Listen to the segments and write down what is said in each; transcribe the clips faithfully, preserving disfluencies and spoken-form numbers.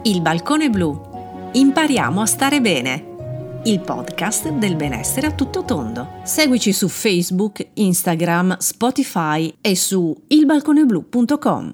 Il balcone blu. Impariamo a stare bene. Il podcast del benessere a tutto tondo. Seguici su Facebook, Instagram, Spotify e su il balcone blu punto com.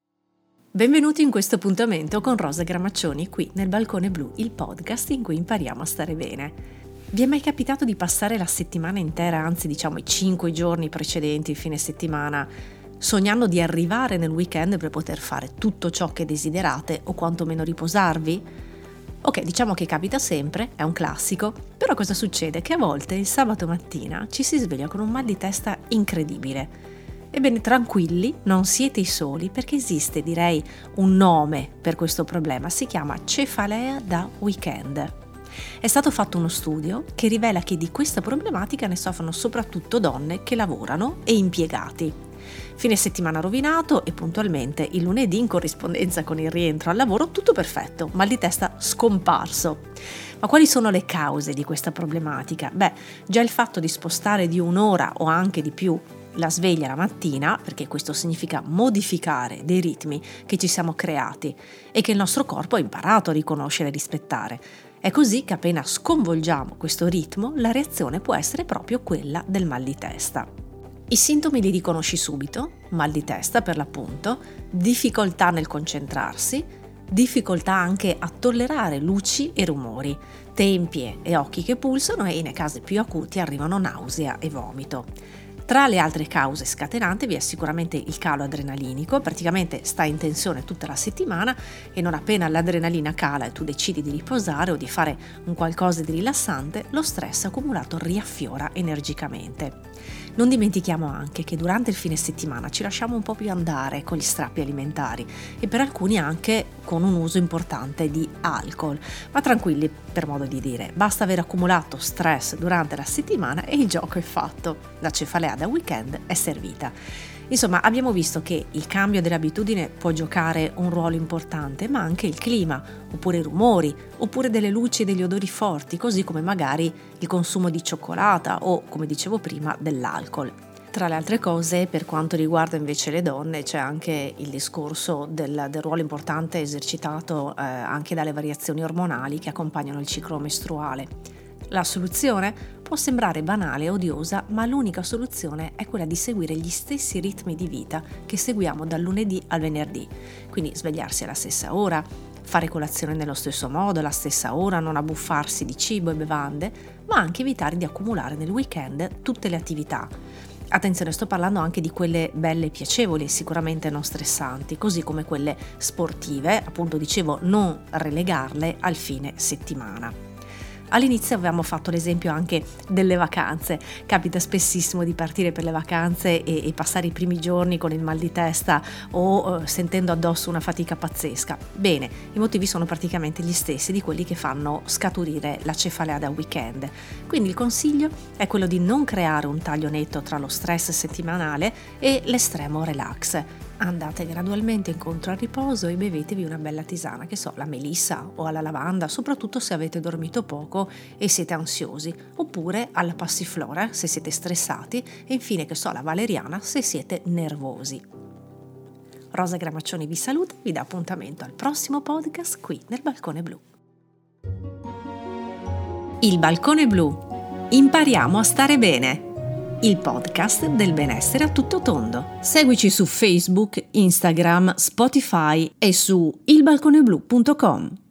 Benvenuti in questo appuntamento con Rosa Gramaccioni qui nel Balcone Blu, il podcast in cui impariamo a stare bene. Vi è mai capitato di passare la settimana intera, anzi diciamo i cinque giorni precedenti il fine settimana, sognando di arrivare nel weekend per poter fare tutto ciò che desiderate o quantomeno riposarvi? Ok, diciamo che capita sempre, è un classico, però cosa succede? Che a volte il sabato mattina ci si sveglia con un mal di testa incredibile. Ebbene, tranquilli, non siete i soli, perché esiste, direi, un nome per questo problema, si chiama cefalea da weekend. È stato fatto uno studio che rivela che di questa problematica ne soffrono soprattutto donne che lavorano e impiegati. Fine settimana rovinato e puntualmente il lunedì in corrispondenza con il rientro al lavoro tutto perfetto, mal di testa scomparso. Ma quali sono le cause di questa problematica? Beh, già il fatto di spostare di un'ora o anche di più la sveglia la mattina, perché questo significa modificare dei ritmi che ci siamo creati e che il nostro corpo ha imparato a riconoscere e rispettare. È così che appena sconvolgiamo questo ritmo, la reazione può essere proprio quella del mal di testa. I sintomi li riconosci subito, mal di testa per l'appunto, difficoltà nel concentrarsi, difficoltà anche a tollerare luci e rumori, tempie e occhi che pulsano e nei casi più acuti arrivano nausea e vomito. Tra le altre cause scatenanti vi è sicuramente il calo adrenalinico, praticamente stai in tensione tutta la settimana e non appena l'adrenalina cala e tu decidi di riposare o di fare un qualcosa di rilassante, lo stress accumulato riaffiora energicamente. Non dimentichiamo anche che durante il fine settimana ci lasciamo un po' più andare con gli strappi alimentari e per alcuni anche con un uso importante di alcol, ma tranquilli per modo di dire, basta aver accumulato stress durante la settimana e il gioco è fatto, la cefalea da weekend è servita. Insomma, abbiamo visto che il cambio dell'abitudine può giocare un ruolo importante, ma anche il clima, oppure i rumori, oppure delle luci e degli odori forti, così come magari il consumo di cioccolata o, come dicevo prima, dell'alcol. Tra le altre cose, per quanto riguarda invece le donne, c'è anche il discorso del, del ruolo importante esercitato eh, anche dalle variazioni ormonali che accompagnano il ciclo mestruale. La soluzione può sembrare banale e odiosa, ma l'unica soluzione è quella di seguire gli stessi ritmi di vita che seguiamo dal lunedì al venerdì. Quindi svegliarsi alla stessa ora, fare colazione nello stesso modo, alla stessa ora, non abbuffarsi di cibo e bevande, ma anche evitare di accumulare nel weekend tutte le attività. Attenzione, sto parlando anche di quelle belle e piacevoli e sicuramente non stressanti, così come quelle sportive, appunto dicevo, non relegarle al fine settimana. All'inizio avevamo fatto l'esempio anche delle vacanze, capita spessissimo di partire per le vacanze e, e passare i primi giorni con il mal di testa o eh, sentendo addosso una fatica pazzesca. Bene, i motivi sono praticamente gli stessi di quelli che fanno scaturire la cefalea da weekend. Quindi il consiglio è quello di non creare un taglio netto tra lo stress settimanale e l'estremo relax. Andate gradualmente incontro al riposo e bevetevi una bella tisana, che so, la melissa o alla lavanda, soprattutto se avete dormito poco e siete ansiosi, oppure alla passiflora se siete stressati e infine, che so, la valeriana se siete nervosi. Rosa Gramaccioni vi saluta, vi dà appuntamento al prossimo podcast qui nel Balcone Blu. Il Balcone Blu. Impariamo a stare bene. Il podcast del benessere a tutto tondo. Seguici su Facebook, Instagram, Spotify e su il balcone blu punto com.